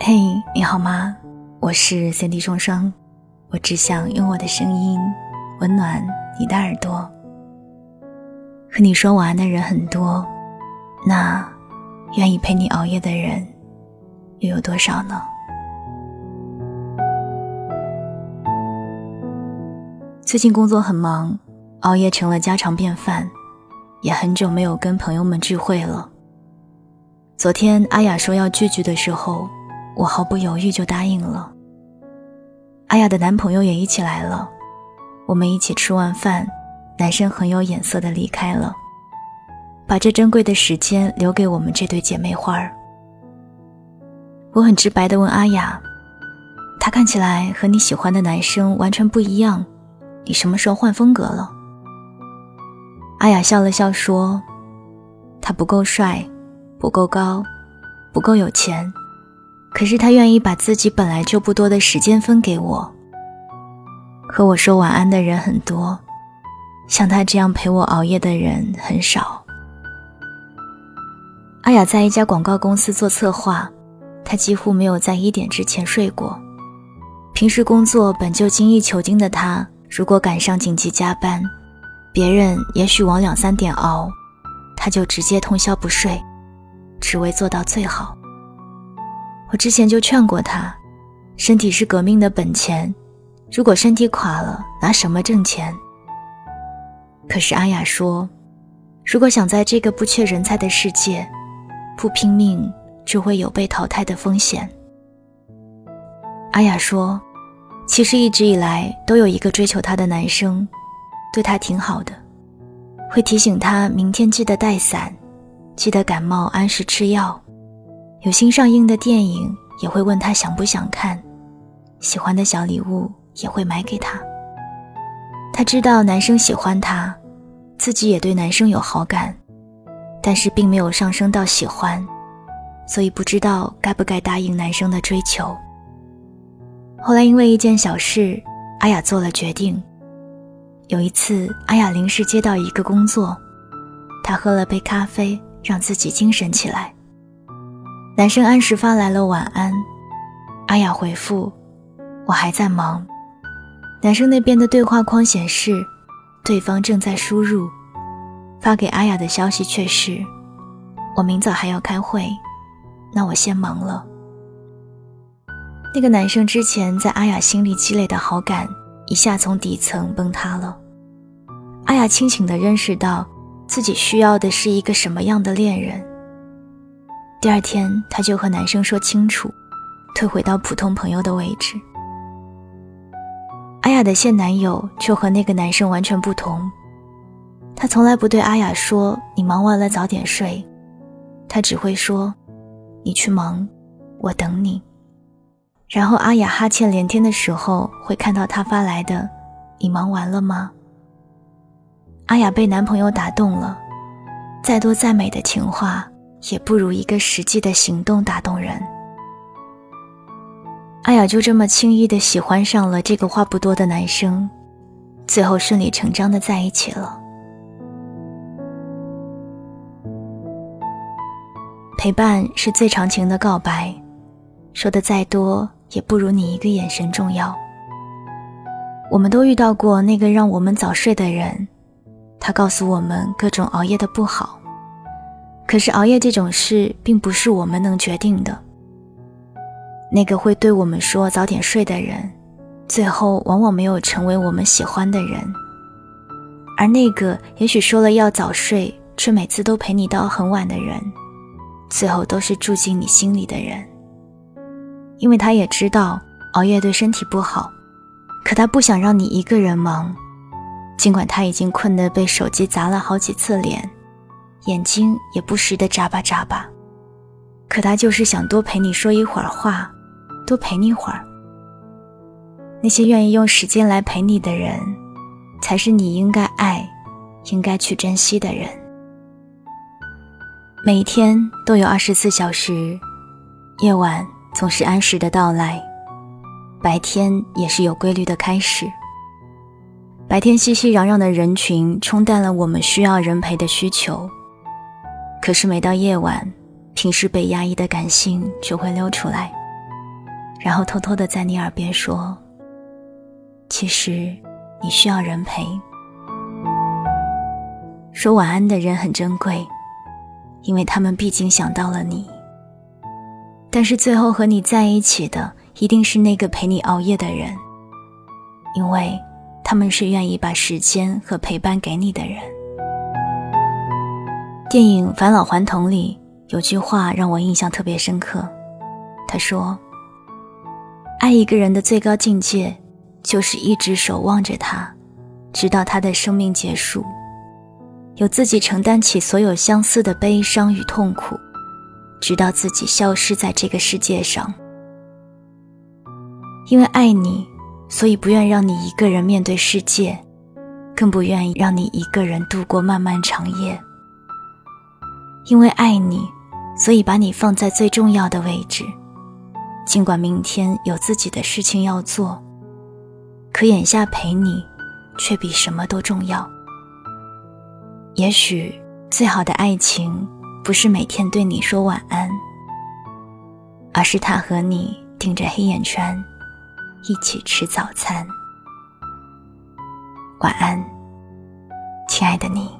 嘿，你好吗？我是Sandy双双，我只想用我的声音温暖你的耳朵。和你说晚安的人很多，那愿意陪你熬夜的人又有多少呢？最近工作很忙，熬夜成了家常便饭，也很久没有跟朋友们聚会了。昨天阿雅说要聚聚的时候，我毫不犹豫就答应了。阿雅的男朋友也一起来了，我们一起吃完饭，男生很有眼色地离开了，把这珍贵的时间留给我们这对姐妹花儿。我很直白地问阿雅，他看起来和你喜欢的男生完全不一样，你什么时候换风格了？阿雅笑了笑说，他不够帅，不够高，不够有钱，可是他愿意把自己本来就不多的时间分给我。和我说晚安的人很多，像他这样陪我熬夜的人很少。阿雅在一家广告公司做策划，她几乎没有在1点之前睡过。平时工作本就精益求精的她，如果赶上紧急加班，别人也许往2、3点熬，她就直接通宵不睡，只为做到最好。我之前就劝过她，身体是革命的本钱，如果身体垮了，拿什么挣钱？可是阿雅说，如果想在这个不缺人才的世界，不拼命就会有被淘汰的风险。阿雅说，其实一直以来都有一个追求她的男生，对她挺好的，会提醒她明天记得带伞，记得感冒按时吃药，有新上映的电影也会问她想不想看，喜欢的小礼物也会买给她。她知道男生喜欢她，自己也对男生有好感，但是并没有上升到喜欢，所以不知道该不该答应男生的追求。后来因为一件小事，阿雅做了决定。有一次阿雅临时接到一个工作，她喝了杯咖啡让自己精神起来。男生按时发来了晚安，阿雅回复，我还在忙。男生那边的对话框显示对方正在输入，发给阿雅的消息却是，我明早还要开会，那我先忙了。那个男生之前在阿雅心里积累的好感一下从底层崩塌了。阿雅清醒地认识到自己需要的是一个什么样的恋人。第二天她就和男生说清楚，退回到普通朋友的位置。阿雅的现男友就和那个男生完全不同，他从来不对阿雅说你忙完了早点睡，他只会说你去忙，我等你。然后阿雅哈欠连天的时候会看到他发来的你忙完了吗？阿雅被男朋友打动了，再多再美的情话也不如一个实际的行动打动人。阿雅就这么轻易地喜欢上了这个话不多的男生，最后顺理成章地在一起了。陪伴是最长情的告白，说的再多也不如你一个眼神重要。我们都遇到过那个让我们早睡的人，他告诉我们各种熬夜的不好，可是熬夜这种事并不是我们能决定的。那个会对我们说早点睡的人，最后往往没有成为我们喜欢的人，而那个也许说了要早睡却每次都陪你到很晚的人，最后都是住进你心里的人。因为他也知道熬夜对身体不好，可他不想让你一个人忙，尽管他已经困得被手机砸了好几次脸，眼睛也不时地眨巴眨巴，可他就是想多陪你说一会儿话，多陪你会儿。那些愿意用时间来陪你的人，才是你应该爱，应该去珍惜的人。每一天都有24小时，夜晚总是按时的到来，白天也是有规律的开始。白天熙熙攘攘的人群冲淡了我们需要人陪的需求，可是每到夜晚，平时被压抑的感性就会溜出来。 然后偷偷地在你耳边说，其实你需要人陪。说晚安的人很珍贵，因为他们毕竟想到了你。但是最后和你在一起的一定是那个陪你熬夜的人，因为他们是愿意把时间和陪伴给你的人。电影《返老还童》里有句话让我印象特别深刻，他说，爱一个人的最高境界就是一直守望着他，直到他的生命结束，有自己承担起所有相思的悲伤与痛苦，直到自己消失在这个世界上。因为爱你，所以不愿让你一个人面对世界，更不愿意让你一个人度过漫漫长夜。因为爱你，所以把你放在最重要的位置，尽管明天有自己的事情要做，可眼下陪你却比什么都重要。也许最好的爱情不是每天对你说晚安，而是他和你顶着黑眼圈一起吃早餐。晚安，亲爱的你。